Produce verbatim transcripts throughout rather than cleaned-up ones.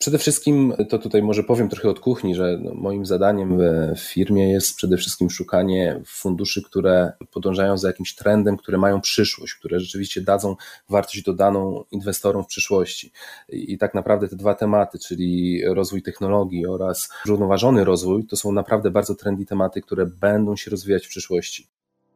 Przede wszystkim to tutaj może powiem trochę od kuchni, że no moim zadaniem w firmie jest przede wszystkim szukanie funduszy, które podążają za jakimś trendem, które mają przyszłość, które rzeczywiście dadzą wartość dodaną inwestorom w przyszłości. I tak naprawdę te dwa tematy, czyli rozwój technologii oraz zrównoważony rozwój, to są naprawdę bardzo trendy tematy, które będą się rozwijać w przyszłości.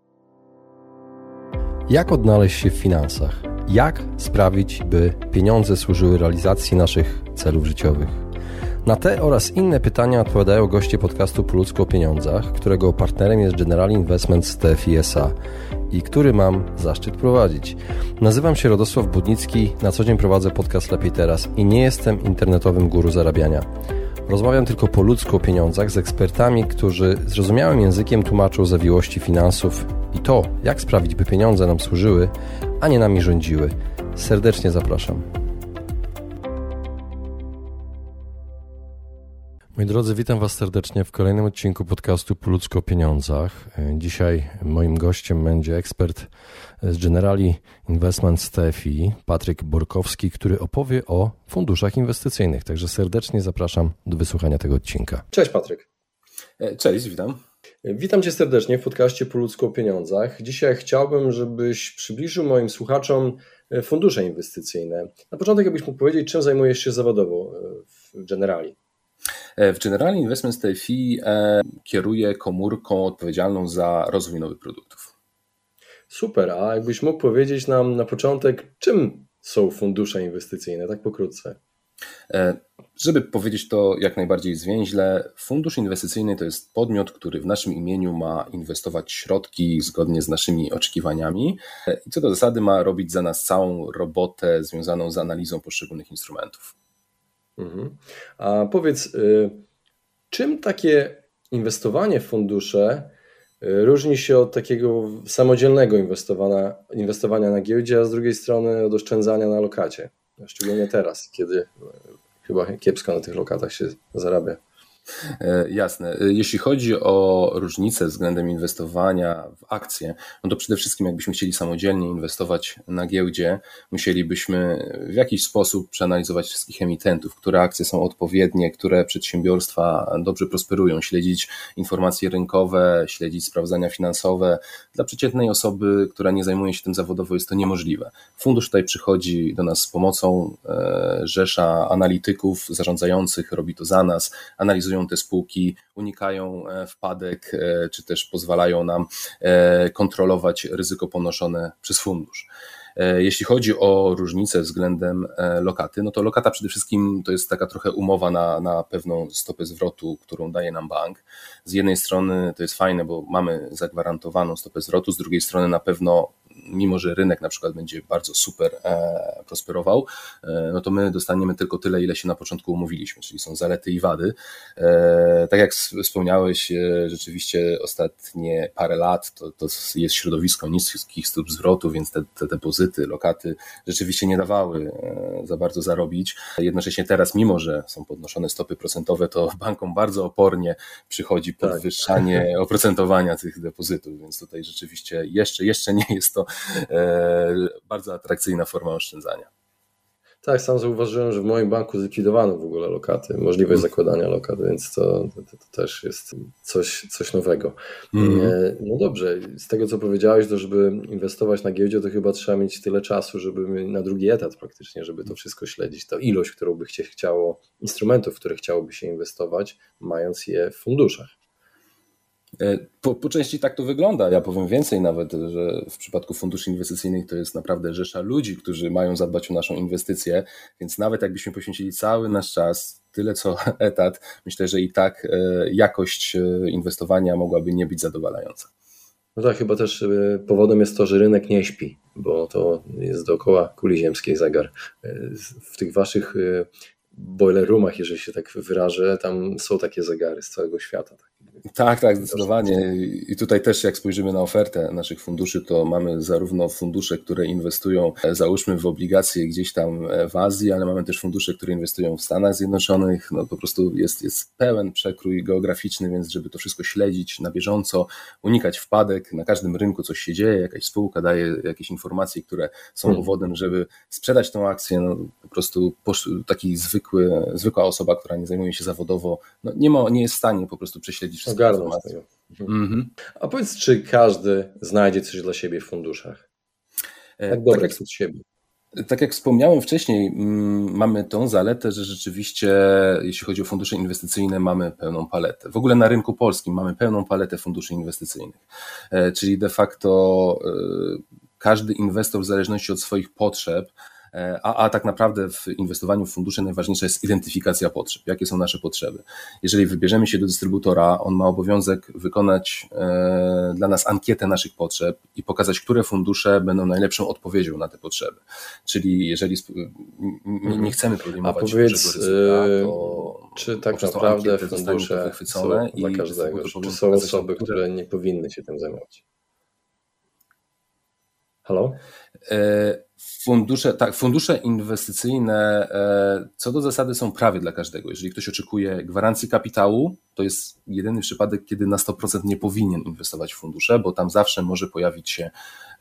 Jak odnaleźć się w finansach? Jak sprawić, by pieniądze służyły realizacji naszych celów życiowych? Na te oraz inne pytania odpowiadają goście podcastu Po ludzku o pieniądzach, którego partnerem jest Generali Investments T F I S A i który mam zaszczyt prowadzić. Nazywam się Radosław Budnicki, na co dzień prowadzę podcast Lepiej Teraz i nie jestem internetowym guru zarabiania. Rozmawiam tylko po ludzku o pieniądzach z ekspertami, którzy zrozumiałym językiem tłumaczą zawiłości finansów i to, jak sprawić, by pieniądze nam służyły, a nie nami rządziły. Serdecznie zapraszam. Moi drodzy, witam Was serdecznie w kolejnym odcinku podcastu Po ludzku o pieniądzach. Dzisiaj moim gościem będzie ekspert z Generali Investments T F I, Patryk Borkowski, który opowie o funduszach inwestycyjnych. Także serdecznie zapraszam do wysłuchania tego odcinka. Cześć Patryk. Cześć, witam. Witam Cię serdecznie w podcaście Po ludzku o pieniądzach. Dzisiaj chciałbym, żebyś przybliżył moim słuchaczom fundusze inwestycyjne. Na początek jakbyś mógł powiedzieć, czym zajmujesz się zawodowo w Generali? W Generali Investments T F I kieruję komórką odpowiedzialną za rozwój nowych produktów. Super, a jakbyś mógł powiedzieć nam na początek, czym są fundusze inwestycyjne, tak pokrótce? Żeby powiedzieć to jak najbardziej zwięźle, fundusz inwestycyjny to jest podmiot, który w naszym imieniu ma inwestować środki zgodnie z naszymi oczekiwaniami i co do zasady ma robić za nas całą robotę związaną z analizą poszczególnych instrumentów. Mhm. A powiedz, czym takie inwestowanie w fundusze różni się od takiego samodzielnego inwestowania, inwestowania na giełdzie, a z drugiej strony od oszczędzania na lokacie? Szczególnie teraz, kiedy chyba kiepsko na tych lokatach się zarabia. Jasne. Jeśli chodzi o różnicę względem inwestowania w akcje, no to przede wszystkim jakbyśmy chcieli samodzielnie inwestować na giełdzie, musielibyśmy w jakiś sposób przeanalizować wszystkich emitentów, które akcje są odpowiednie, które przedsiębiorstwa dobrze prosperują, śledzić informacje rynkowe, śledzić sprawozdania finansowe. Dla przeciętnej osoby, która nie zajmuje się tym zawodowo, jest to niemożliwe. Fundusz tutaj przychodzi do nas z pomocą, rzesza analityków zarządzających robi to za nas, analizują te spółki, unikają wpadek, czy też pozwalają nam kontrolować ryzyko ponoszone przez fundusz. Jeśli chodzi o różnicę względem lokaty, no to lokata przede wszystkim to jest taka trochę umowa na, na pewną stopę zwrotu, którą daje nam bank. Z jednej strony to jest fajne, bo mamy zagwarantowaną stopę zwrotu, z drugiej strony na pewno, mimo że rynek na przykład będzie bardzo super e, prosperował, e, no to my dostaniemy tylko tyle, ile się na początku umówiliśmy, czyli są zalety i wady. E, tak jak wspomniałeś, e, rzeczywiście ostatnie parę lat to, to jest środowisko niskich stóp zwrotu, więc te, te depozyty, lokaty rzeczywiście nie dawały e, za bardzo zarobić. Jednocześnie teraz, mimo że są podnoszone stopy procentowe, to bankom bardzo opornie przychodzi podwyższanie tak. oprocentowania tych depozytów, więc tutaj rzeczywiście jeszcze, jeszcze nie jest to bardzo atrakcyjna forma oszczędzania. Tak, sam zauważyłem, że w moim banku zlikwidowano w ogóle lokaty, możliwość zakładania lokat, więc to, to, to też jest coś, coś nowego. Mm. No dobrze, z tego co powiedziałeś, to żeby inwestować na giełdzie, to chyba trzeba mieć tyle czasu, żeby na drugi etat praktycznie, żeby to wszystko śledzić, ta ilość, którą by się chciało, instrumentów, w które chciałoby się inwestować, mając je w funduszach. Po, po części tak to wygląda. Ja powiem więcej nawet, że w przypadku funduszy inwestycyjnych to jest naprawdę rzesza ludzi, którzy mają zadbać o naszą inwestycję, więc nawet jakbyśmy poświęcili cały nasz czas, tyle co etat, myślę, że i tak jakość inwestowania mogłaby nie być zadowalająca. No tak, chyba też powodem jest to, że rynek nie śpi, bo to jest dookoła kuli ziemskiej zegar. W tych waszych boiler roomach, jeżeli się tak wyrażę, tam są takie zegary z całego świata, Tak, tak, zdecydowanie. I tutaj też jak spojrzymy na ofertę naszych funduszy, to mamy zarówno fundusze, które inwestują załóżmy w obligacje gdzieś tam w Azji, ale mamy też fundusze, które inwestują w Stanach Zjednoczonych. No po prostu jest, jest pełen przekrój geograficzny, więc żeby to wszystko śledzić na bieżąco, unikać wpadek, na każdym rynku coś się dzieje, jakaś spółka daje jakieś informacje, które są powodem, żeby sprzedać tą akcję. No po prostu taki zwykły, zwykła osoba, która nie zajmuje się zawodowo, no nie, ma, nie jest w stanie po prostu prześledzić wszystkich informacji. Mhm. A powiedz, czy każdy znajdzie coś dla siebie w funduszach? Jak dobrać tak od siebie? Tak jak wspomniałem wcześniej, mamy tą zaletę, że rzeczywiście jeśli chodzi o fundusze inwestycyjne mamy pełną paletę. W ogóle na rynku polskim mamy pełną paletę funduszy inwestycyjnych, czyli de facto każdy inwestor w zależności od swoich potrzeb, A, a tak naprawdę w inwestowaniu w fundusze najważniejsza jest identyfikacja potrzeb. Jakie są nasze potrzeby? Jeżeli wybierzemy się do dystrybutora, on ma obowiązek wykonać e, dla nas ankietę naszych potrzeb i pokazać, które fundusze będą najlepszą odpowiedzią na te potrzeby. Czyli jeżeli nie, nie chcemy podejmować dużego ryzyka, to czy tak naprawdę fundusze wychwycone są dla każdego? Czy są osoby, które nie powinny się tym zajmować? Halo? Fundusze, tak, fundusze inwestycyjne co do zasady są prawie dla każdego. Jeżeli ktoś oczekuje gwarancji kapitału, to jest jedyny przypadek, kiedy na sto procent nie powinien inwestować w fundusze, bo tam zawsze może pojawić się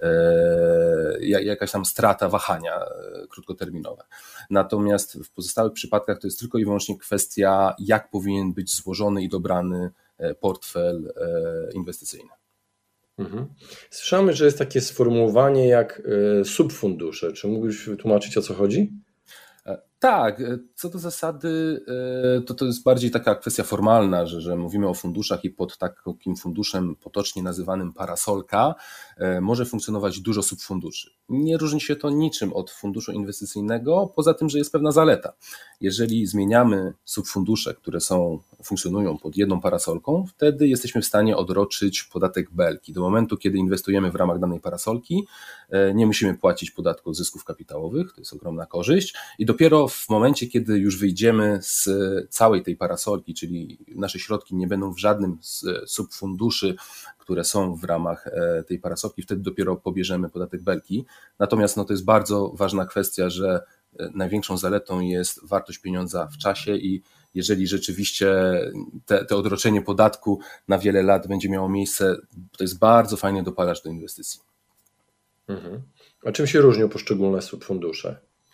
jakaś tam strata, wahania krótkoterminowe. Natomiast w pozostałych przypadkach to jest tylko i wyłącznie kwestia, jak powinien być złożony i dobrany portfel inwestycyjny. Mhm. Słyszamy, że jest takie sformułowanie jak subfundusze. Czy mógłbyś wytłumaczyć, o co chodzi? Tak, co do zasady to, to jest bardziej taka kwestia formalna, że, że mówimy o funduszach i pod takim funduszem potocznie nazywanym parasolka może funkcjonować dużo subfunduszy. Nie różni się to niczym od funduszu inwestycyjnego, poza tym, że jest pewna zaleta. Jeżeli zmieniamy subfundusze, które są, funkcjonują pod jedną parasolką, wtedy jesteśmy w stanie odroczyć podatek belki. Do momentu, kiedy inwestujemy w ramach danej parasolki, nie musimy płacić podatku od zysków kapitałowych, to jest ogromna korzyść i dopiero w momencie, kiedy już wyjdziemy z całej tej parasolki, czyli nasze środki nie będą w żadnym z subfunduszy, które są w ramach tej parasolki, wtedy dopiero pobierzemy podatek belki. Natomiast no, to jest bardzo ważna kwestia, że największą zaletą jest wartość pieniądza w czasie i jeżeli rzeczywiście te, te odroczenie podatku na wiele lat będzie miało miejsce, to jest bardzo fajny dopalacz do inwestycji. Mhm. A czym się różnią poszczególne subfundusze?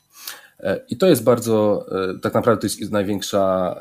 I to jest bardzo, tak naprawdę to jest największa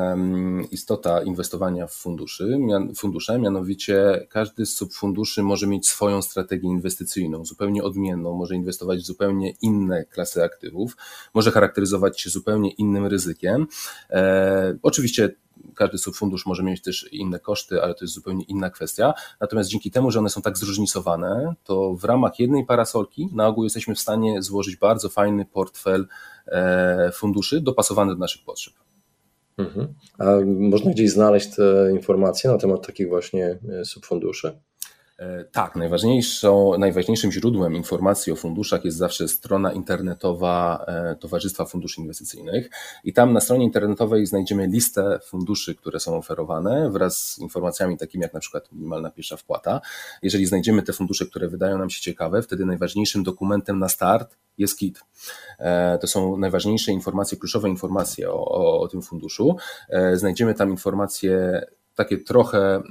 istota inwestowania w funduszy, fundusze, mianowicie każdy z subfunduszy może mieć swoją strategię inwestycyjną, zupełnie odmienną, może inwestować w zupełnie inne klasy aktywów, może charakteryzować się zupełnie innym ryzykiem. Oczywiście każdy subfundusz może mieć też inne koszty, ale to jest zupełnie inna kwestia. Natomiast dzięki temu, że one są tak zróżnicowane, to w ramach jednej parasolki na ogół jesteśmy w stanie złożyć bardzo fajny portfel funduszy dopasowany do naszych potrzeb. Mhm. A można gdzieś znaleźć te informacje na temat takich właśnie subfunduszy? Tak, najważniejszą, najważniejszym źródłem informacji o funduszach jest zawsze strona internetowa Towarzystwa Funduszy Inwestycyjnych i tam na stronie internetowej znajdziemy listę funduszy, które są oferowane wraz z informacjami takimi jak na przykład minimalna pierwsza wpłata. Jeżeli znajdziemy te fundusze, które wydają nam się ciekawe, wtedy najważniejszym dokumentem na start jest K I T. To są najważniejsze informacje, kluczowe informacje o, o, o tym funduszu. Znajdziemy tam informacje takie trochę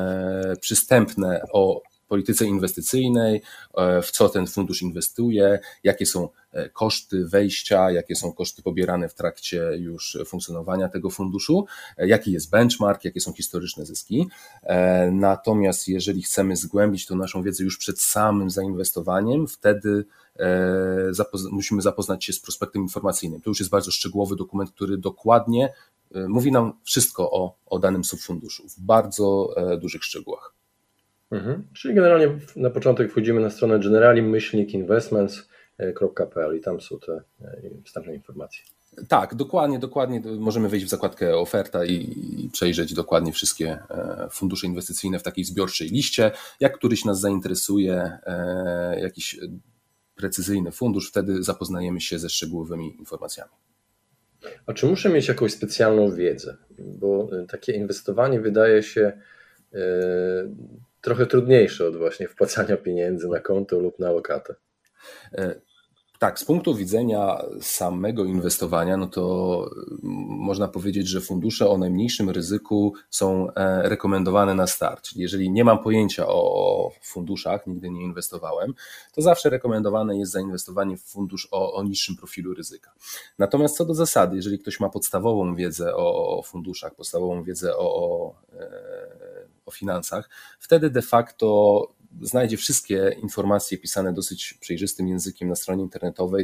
przystępne o polityce inwestycyjnej, w co ten fundusz inwestuje, jakie są koszty wejścia, jakie są koszty pobierane w trakcie już funkcjonowania tego funduszu, jaki jest benchmark, jakie są historyczne zyski. Natomiast jeżeli chcemy zgłębić tą naszą wiedzę już przed samym zainwestowaniem, wtedy zapoz- musimy zapoznać się z prospektem informacyjnym. To już jest bardzo szczegółowy dokument, który dokładnie mówi nam wszystko o, o danym subfunduszu w bardzo dużych szczegółach. Mhm. Czyli generalnie na początek wchodzimy na stronę generali myślnik investments kropka p l i tam są te wstępne informacje. Tak, dokładnie, dokładnie. Możemy wejść w zakładkę oferta i, i przejrzeć dokładnie wszystkie fundusze inwestycyjne w takiej zbiorczej liście. Jak któryś nas zainteresuje, jakiś precyzyjny fundusz, wtedy zapoznajemy się ze szczegółowymi informacjami. A czy muszę mieć jakąś specjalną wiedzę? Bo takie inwestowanie wydaje się trochę trudniejsze od właśnie wpłacania pieniędzy na konto lub na lokatę. Tak, z punktu widzenia samego inwestowania, no to można powiedzieć, że fundusze o najmniejszym ryzyku są rekomendowane na start. Czyli jeżeli nie mam pojęcia o funduszach, nigdy nie inwestowałem, to zawsze rekomendowane jest zainwestowanie w fundusz o, o niższym profilu ryzyka. Natomiast co do zasady, jeżeli ktoś ma podstawową wiedzę o, o funduszach, podstawową wiedzę o, o, o finansach, wtedy de facto znajdzie wszystkie informacje pisane dosyć przejrzystym językiem na stronie internetowej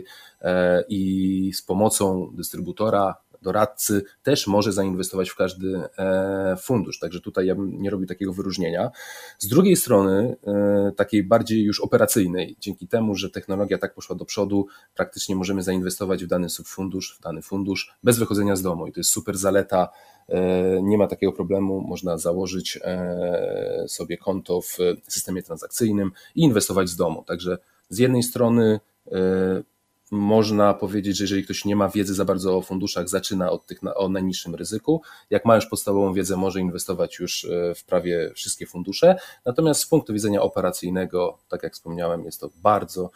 i z pomocą dystrybutora, doradcy też może zainwestować w każdy fundusz. Także tutaj ja bym nie robił takiego wyróżnienia. Z drugiej strony, takiej bardziej już operacyjnej, dzięki temu, że technologia tak poszła do przodu, praktycznie możemy zainwestować w dany subfundusz, w dany fundusz bez wychodzenia z domu i to jest super zaleta. Nie ma takiego problemu, można założyć sobie konto w systemie transakcyjnym i inwestować z domu. Także z jednej strony można powiedzieć, że jeżeli ktoś nie ma wiedzy za bardzo o funduszach, zaczyna od tych o najniższym ryzyku. Jak ma już podstawową wiedzę, może inwestować już w prawie wszystkie fundusze. Natomiast z punktu widzenia operacyjnego, tak jak wspomniałem, jest to bardzo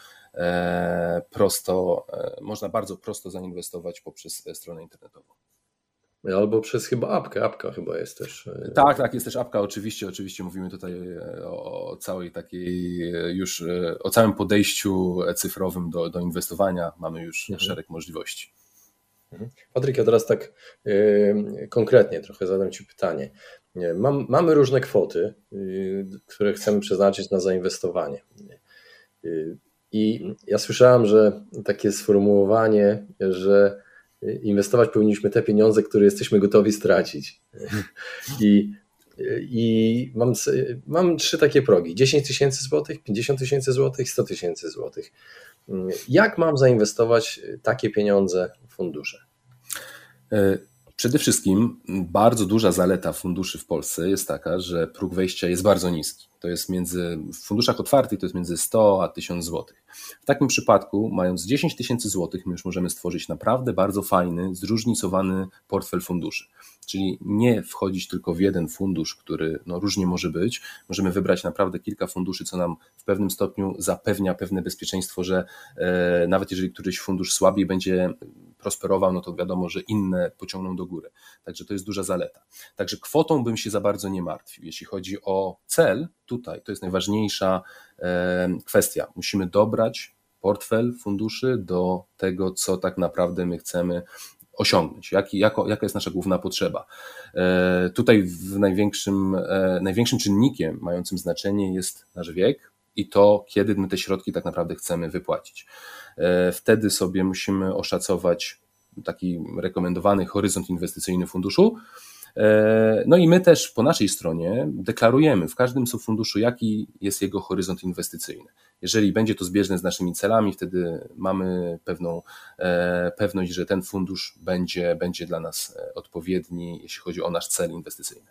prosto, można bardzo prosto zainwestować poprzez stronę internetową. Albo przez chyba apkę, apka chyba jest też. Tak, tak, jest też apka, oczywiście, oczywiście mówimy tutaj o całej takiej już, o całym podejściu cyfrowym do, do inwestowania, mamy już mhm. szereg możliwości. Patryk, ja teraz tak yy, konkretnie trochę zadam Ci pytanie. Mam, mamy różne kwoty, yy, które chcemy przeznaczyć na zainwestowanie. Yy, I ja słyszałem, że takie sformułowanie, że inwestować powinniśmy te pieniądze, które jesteśmy gotowi stracić. I, i mam, mam trzy takie progi. dziesięć tysięcy złotych, pięćdziesiąt tysięcy złotych, sto tysięcy złotych. Jak mam zainwestować takie pieniądze w fundusze? Przede wszystkim bardzo duża zaleta funduszy w Polsce jest taka, że próg wejścia jest bardzo niski. To jest między, w funduszach otwartych to jest między sto a tysiąc złotych. W takim przypadku, mając dziesięć tysięcy złotych, my już możemy stworzyć naprawdę bardzo fajny, zróżnicowany portfel funduszy. Czyli nie wchodzić tylko w jeden fundusz, który no, różnie może być. Możemy wybrać naprawdę kilka funduszy, co nam w pewnym stopniu zapewnia pewne bezpieczeństwo, że e, nawet jeżeli któryś fundusz słabiej będzie prosperował, no to wiadomo, że inne pociągną do góry. Także to jest duża zaleta. Także kwotą bym się za bardzo nie martwił. Jeśli chodzi o cel, tutaj to jest najważniejsza e, kwestia. Musimy dobrać portfel funduszy do tego, co tak naprawdę my chcemy osiągnąć, Jaki, jako, jaka jest nasza główna potrzeba. E, tutaj w największym, e, największym czynnikiem mającym znaczenie jest nasz wiek i to, kiedy my te środki tak naprawdę chcemy wypłacić. E, wtedy sobie musimy oszacować taki rekomendowany horyzont inwestycyjny funduszu. No i my też po naszej stronie deklarujemy w każdym subfunduszu, jaki jest jego horyzont inwestycyjny. Jeżeli będzie to zbieżne z naszymi celami, wtedy mamy pewną pewność, że ten fundusz będzie, będzie dla nas odpowiedni, jeśli chodzi o nasz cel inwestycyjny.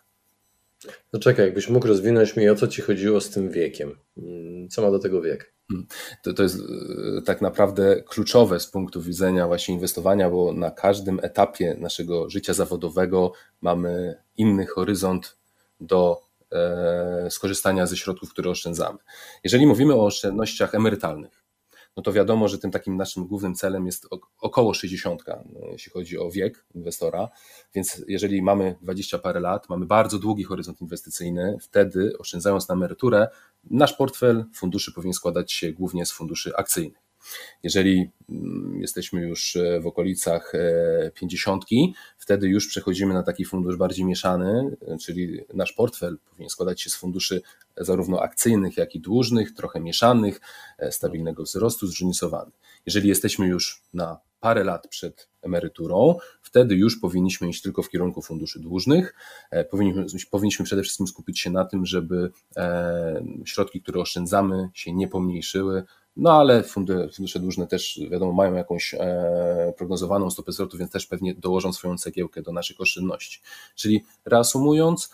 No czekaj, jakbyś mógł rozwinąć mi, o co Ci chodziło z tym wiekiem? Co ma do tego wiek? To, to jest tak naprawdę kluczowe z punktu widzenia właśnie inwestowania, bo na każdym etapie naszego życia zawodowego mamy inny horyzont do e, skorzystania ze środków, które oszczędzamy. Jeżeli mówimy o oszczędnościach emerytalnych, no to wiadomo, że tym takim naszym głównym celem jest około sześćdziesiątka, jeśli chodzi o wiek inwestora, więc jeżeli mamy dwadzieścia parę lat, mamy bardzo długi horyzont inwestycyjny, wtedy oszczędzając na emeryturę, nasz portfel funduszy powinien składać się głównie z funduszy akcyjnych. Jeżeli jesteśmy już w okolicach pięćdziesiątki, wtedy już przechodzimy na taki fundusz bardziej mieszany, czyli nasz portfel powinien składać się z funduszy zarówno akcyjnych, jak i dłużnych, trochę mieszanych, stabilnego wzrostu, zróżnicowany. Jeżeli jesteśmy już na parę lat przed emeryturą, wtedy już powinniśmy iść tylko w kierunku funduszy dłużnych. Powinniśmy, powinniśmy przede wszystkim skupić się na tym, żeby środki, które oszczędzamy, się nie pomniejszyły. No ale fundusze dłużne też wiadomo mają jakąś prognozowaną stopę zwrotu, więc też pewnie dołożą swoją cegiełkę do naszych oszczędności. Czyli reasumując,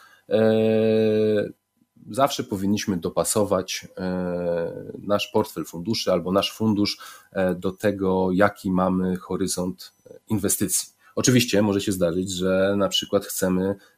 zawsze powinniśmy dopasować nasz portfel funduszy albo nasz fundusz do tego, jaki mamy horyzont inwestycji. Oczywiście może się zdarzyć, że na przykład chcemy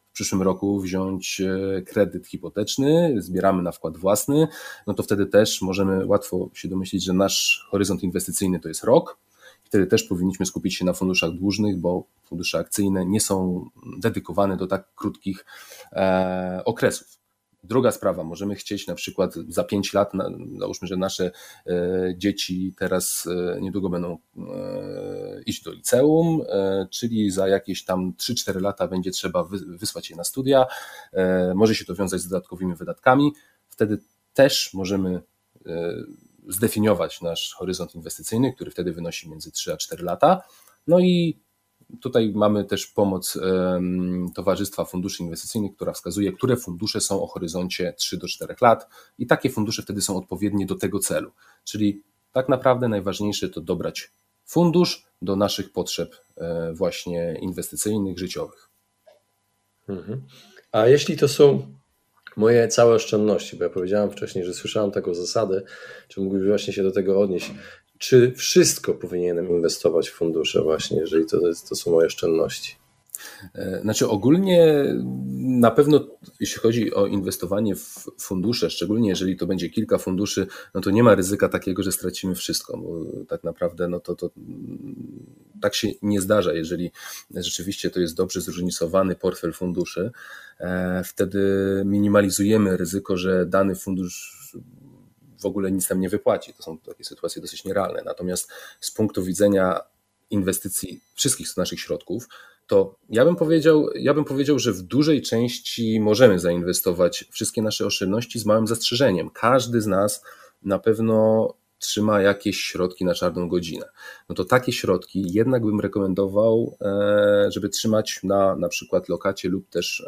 w przyszłym roku wziąć kredyt hipoteczny, zbieramy na wkład własny, no to wtedy też możemy łatwo się domyślić, że nasz horyzont inwestycyjny to jest rok. Wtedy też powinniśmy skupić się na funduszach dłużnych, bo fundusze akcyjne nie są dedykowane do tak krótkich e, okresów. Druga sprawa, możemy chcieć na przykład za pięć lat, załóżmy, że nasze e, dzieci teraz e, niedługo będą e, iść do liceum, e, czyli za jakieś tam trzy cztery lata będzie trzeba wy, wysłać je na studia, e, może się to wiązać z dodatkowymi wydatkami, wtedy też możemy e, zdefiniować nasz horyzont inwestycyjny, który wtedy wynosi między trzy a cztery lata. No i tutaj mamy też pomoc um, Towarzystwa Funduszy Inwestycyjnych, która wskazuje, które fundusze są o horyzoncie trzy do czterech lat i takie fundusze wtedy są odpowiednie do tego celu. Czyli tak naprawdę najważniejsze to dobrać fundusz do naszych potrzeb e, właśnie inwestycyjnych, życiowych. Mhm. A jeśli to są moje całe oszczędności, bo ja powiedziałem wcześniej, że słyszałem taką zasadę, czy mógłbyś właśnie się do tego odnieść, czy wszystko powinienem inwestować w fundusze właśnie, jeżeli to, jest, to są moje oszczędności? Znaczy ogólnie na pewno jeśli chodzi o inwestowanie w fundusze, szczególnie jeżeli to będzie kilka funduszy, no to nie ma ryzyka takiego, że stracimy wszystko, bo tak naprawdę no to, to tak się nie zdarza, jeżeli rzeczywiście to jest dobrze zróżnicowany portfel funduszy, wtedy minimalizujemy ryzyko, że dany fundusz w ogóle nic nam nie wypłaci. To są takie sytuacje dosyć nierealne. Natomiast z punktu widzenia inwestycji wszystkich naszych środków, to ja bym powiedział, ja bym powiedział, że w dużej części możemy zainwestować wszystkie nasze oszczędności z małym zastrzeżeniem. Każdy z nas na pewno trzyma jakieś środki na czarną godzinę. No to takie środki jednak bym rekomendował, żeby trzymać na na przykład lokacie lub też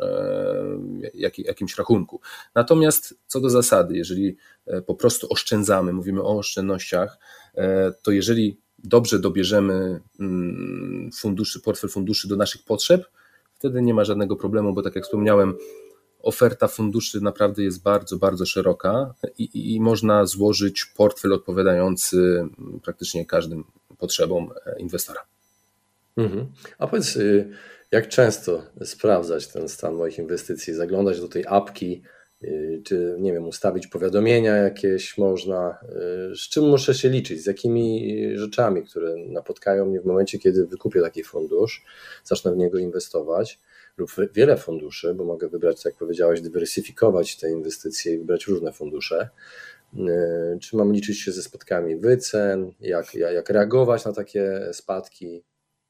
jakimś rachunku. Natomiast co do zasady, jeżeli po prostu oszczędzamy, mówimy o oszczędnościach, to jeżeli dobrze dobierzemy funduszy, portfel funduszy do naszych potrzeb, wtedy nie ma żadnego problemu, bo tak jak wspomniałem, oferta funduszy naprawdę jest bardzo, bardzo szeroka i, i można złożyć portfel odpowiadający praktycznie każdym potrzebom inwestora. Mhm. A powiedz, jak często sprawdzać ten stan moich inwestycji, zaglądać do tej apki, czy nie wiem, ustawić powiadomienia jakieś można, z czym muszę się liczyć, z jakimi rzeczami, które napotkają mnie w momencie, kiedy wykupię taki fundusz, zacznę w niego inwestować lub wiele funduszy, bo mogę wybrać, jak powiedziałeś, dywersyfikować te inwestycje i wybrać różne fundusze. Czy mam liczyć się ze spadkami wycen, jak, jak reagować na takie spadki?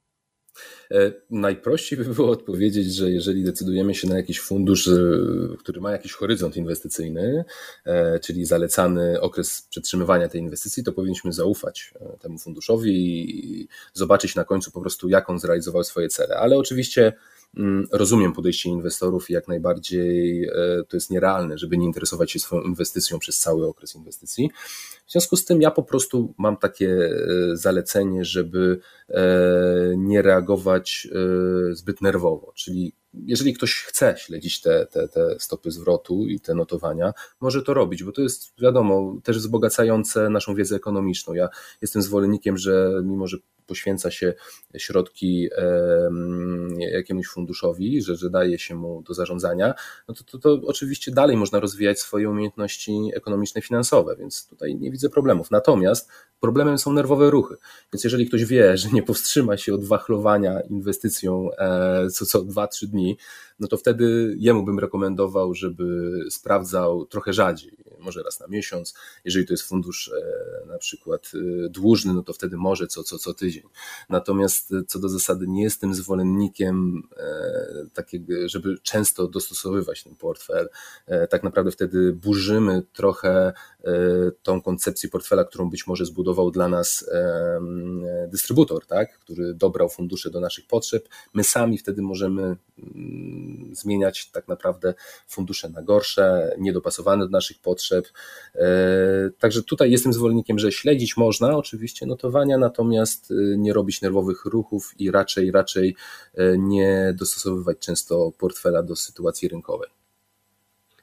Najprościej by było odpowiedzieć, że jeżeli decydujemy się na jakiś fundusz, który ma jakiś horyzont inwestycyjny, czyli zalecany okres przetrzymywania tej inwestycji, to powinniśmy zaufać temu funduszowi i zobaczyć na końcu po prostu, jak on zrealizował swoje cele. Ale oczywiście rozumiem podejście inwestorów i jak najbardziej to jest nierealne, żeby nie interesować się swoją inwestycją przez cały okres inwestycji. W związku z tym ja po prostu mam takie zalecenie, żeby nie reagować zbyt nerwowo, czyli jeżeli ktoś chce śledzić te, te, te stopy zwrotu i te notowania, może to robić, bo to jest, wiadomo, też wzbogacające naszą wiedzę ekonomiczną. Ja jestem zwolennikiem, że mimo, że poświęca się środki jakiemuś funduszowi, że, że daje się mu do zarządzania, no to, to, to oczywiście dalej można rozwijać swoje umiejętności ekonomiczne, finansowe, więc tutaj nie widzę problemów. Natomiast problemem są nerwowe ruchy, więc jeżeli ktoś wie, że nie powstrzyma się od wachlowania inwestycją co, co dwa trzy dni, no to wtedy jemu bym rekomendował, żeby sprawdzał trochę rzadziej, może raz na miesiąc. Jeżeli to jest fundusz na przykład dłużny, no to wtedy może co, co, co tydzień. Natomiast co do zasady nie jestem zwolennikiem takiego, żeby często dostosowywać ten portfel. Tak naprawdę wtedy burzymy trochę tą koncepcję portfela, którą być może zbudował dla nas dystrybutor, tak? Który dobrał fundusze do naszych potrzeb. My sami wtedy możemy zmieniać tak naprawdę fundusze na gorsze, niedopasowane do naszych potrzeb. Także tutaj jestem zwolennikiem, że śledzić można oczywiście notowania, natomiast nie robić nerwowych ruchów i raczej, raczej nie dostosowywać często portfela do sytuacji rynkowej.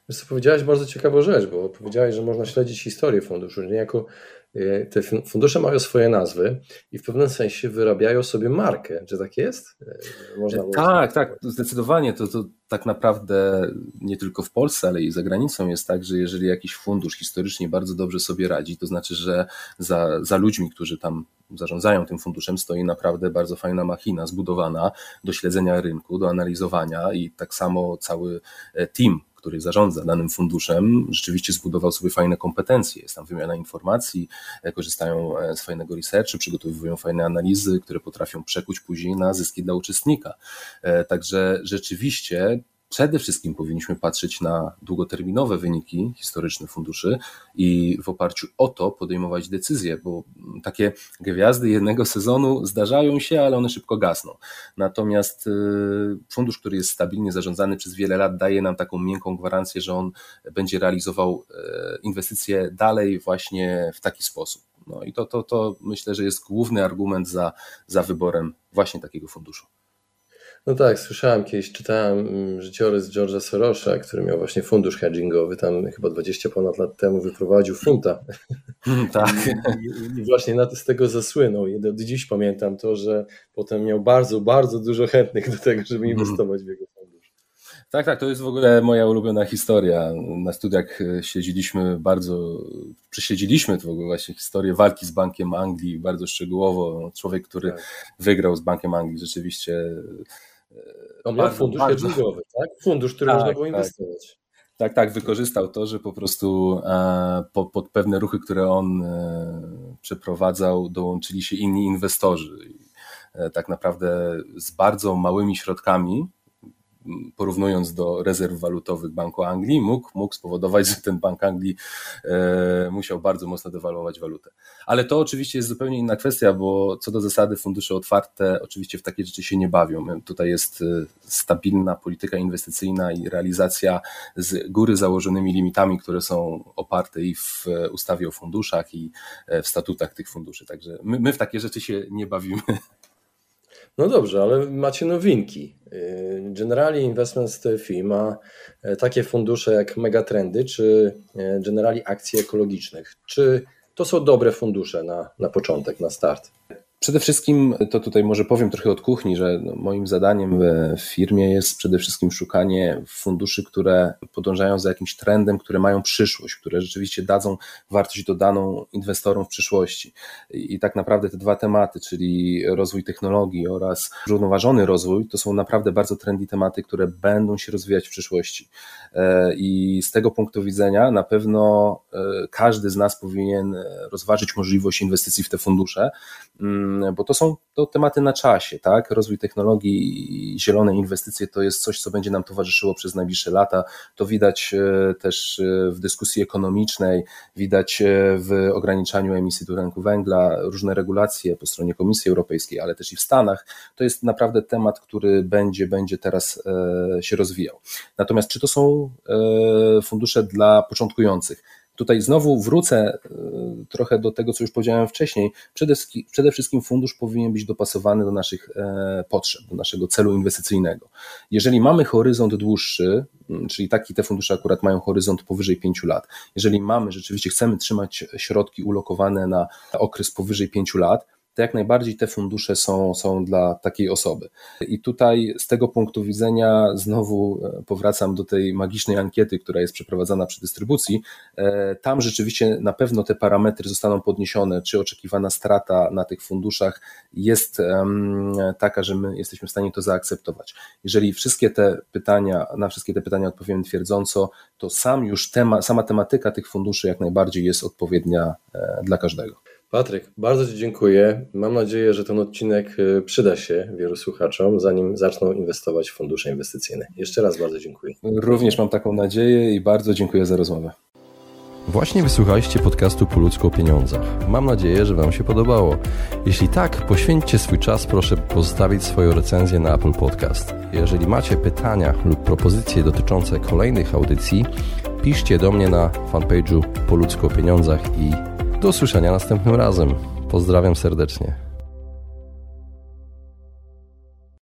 Wiesz co, powiedziałeś bardzo ciekawą rzecz, bo powiedziałeś, że można śledzić historię funduszu. Niejako te fundusze mają swoje nazwy i w pewnym sensie wyrabiają sobie markę. Czy tak jest? Można tak, tak, zdecydowanie. To, to tak naprawdę nie tylko w Polsce, ale i za granicą jest tak, że jeżeli jakiś fundusz historycznie bardzo dobrze sobie radzi, to znaczy, że za, za ludźmi, którzy tam zarządzają tym funduszem, stoi naprawdę bardzo fajna machina zbudowana do śledzenia rynku, do analizowania i tak samo cały team, który zarządza danym funduszem, rzeczywiście zbudował sobie fajne kompetencje. Jest tam wymiana informacji, korzystają z fajnego researchu, przygotowują fajne analizy, które potrafią przekuć później na zyski dla uczestnika. Także rzeczywiście przede wszystkim powinniśmy patrzeć na długoterminowe wyniki historyczne funduszy i w oparciu o to podejmować decyzje, bo takie gwiazdy jednego sezonu zdarzają się, ale one szybko gasną. Natomiast fundusz, który jest stabilnie zarządzany przez wiele lat, daje nam taką miękką gwarancję, że on będzie realizował inwestycje dalej właśnie w taki sposób. No i to, to, to myślę, że jest główny argument za, za wyborem właśnie takiego funduszu. No tak, słyszałem kiedyś, czytałem życiorys George'a Sorosa, który miał właśnie fundusz hedgingowy, tam chyba dwadzieścia ponad lat temu wyprowadził funta. Tak. I, i właśnie na, z tego zasłynął. I do dziś pamiętam to, że potem miał bardzo, bardzo dużo chętnych do tego, żeby inwestować w jego fundusz. Tak, tak, to jest w ogóle moja ulubiona historia. Na studiach śledziliśmy bardzo, prześledziliśmy to w ogóle właśnie historię walki z Bankiem Anglii bardzo szczegółowo. Człowiek, który tak. wygrał z Bankiem Anglii, rzeczywiście. On miał fundusz hedgingowy, tak? Fundusz, który tak, można było inwestować. Tak, tak, wykorzystał to, że po prostu pod, pod pewne ruchy, które on przeprowadzał, dołączyli się inni inwestorzy. I tak naprawdę z bardzo małymi środkami, porównując do rezerw walutowych Banku Anglii, mógł, mógł spowodować, że ten Bank Anglii e, musiał bardzo mocno dewaluować walutę. Ale to oczywiście jest zupełnie inna kwestia, bo co do zasady fundusze otwarte oczywiście w takie rzeczy się nie bawią. Tutaj jest stabilna polityka inwestycyjna i realizacja z góry założonymi limitami, które są oparte i w ustawie o funduszach, i w statutach tych funduszy. Także my, my w takie rzeczy się nie bawimy. No dobrze, ale macie nowinki. Generali Investments T F I ma takie fundusze jak Megatrendy czy Generali Akcji Ekologicznych. Czy to są dobre fundusze na, na początek, na start? Przede wszystkim, to tutaj może powiem trochę od kuchni, że no moim zadaniem w firmie jest przede wszystkim szukanie funduszy, które podążają za jakimś trendem, które mają przyszłość, które rzeczywiście dadzą wartość dodaną inwestorom w przyszłości. I tak naprawdę te dwa tematy, czyli rozwój technologii oraz zrównoważony rozwój, to są naprawdę bardzo trendy tematy, które będą się rozwijać w przyszłości. I z tego punktu widzenia na pewno każdy z nas powinien rozważyć możliwość inwestycji w te fundusze, bo to są to tematy na czasie, tak? Rozwój technologii i zielone inwestycje to jest coś, co będzie nam towarzyszyło przez najbliższe lata. To widać też w dyskusji ekonomicznej, widać w ograniczaniu emisji dwutlenku węgla, różne regulacje po stronie Komisji Europejskiej, ale też i w Stanach. To jest naprawdę temat, który będzie, będzie teraz się rozwijał. Natomiast czy to są fundusze dla początkujących? Tutaj znowu wrócę trochę do tego, co już powiedziałem wcześniej. Przede, przede wszystkim fundusz powinien być dopasowany do naszych potrzeb, do naszego celu inwestycyjnego. Jeżeli mamy horyzont dłuższy, czyli taki te fundusze akurat mają horyzont powyżej pięciu lat, jeżeli mamy, rzeczywiście chcemy trzymać środki ulokowane na okres powyżej pięciu lat, to jak najbardziej te fundusze są, są dla takiej osoby. I tutaj z tego punktu widzenia znowu powracam do tej magicznej ankiety, która jest przeprowadzana przy dystrybucji. Tam rzeczywiście na pewno te parametry zostaną podniesione, czy oczekiwana strata na tych funduszach jest taka, że my jesteśmy w stanie to zaakceptować. Jeżeli wszystkie te pytania, na wszystkie te pytania odpowiemy twierdząco, to sam już tema, sama tematyka tych funduszy jak najbardziej jest odpowiednia dla każdego. Patryk, bardzo Ci dziękuję. Mam nadzieję, że ten odcinek przyda się wielu słuchaczom, zanim zaczną inwestować w fundusze inwestycyjne. Jeszcze raz bardzo dziękuję. Również mam taką nadzieję i bardzo dziękuję za rozmowę. Właśnie wysłuchaliście podcastu Po ludzku o pieniądzach. Mam nadzieję, że Wam się podobało. Jeśli tak, poświęćcie swój czas, proszę pozostawić swoją recenzję na Apple Podcast. Jeżeli macie pytania lub propozycje dotyczące kolejnych audycji, piszcie do mnie na fanpage'u Po ludzku o pieniądzach i do usłyszenia następnym razem. Pozdrawiam serdecznie.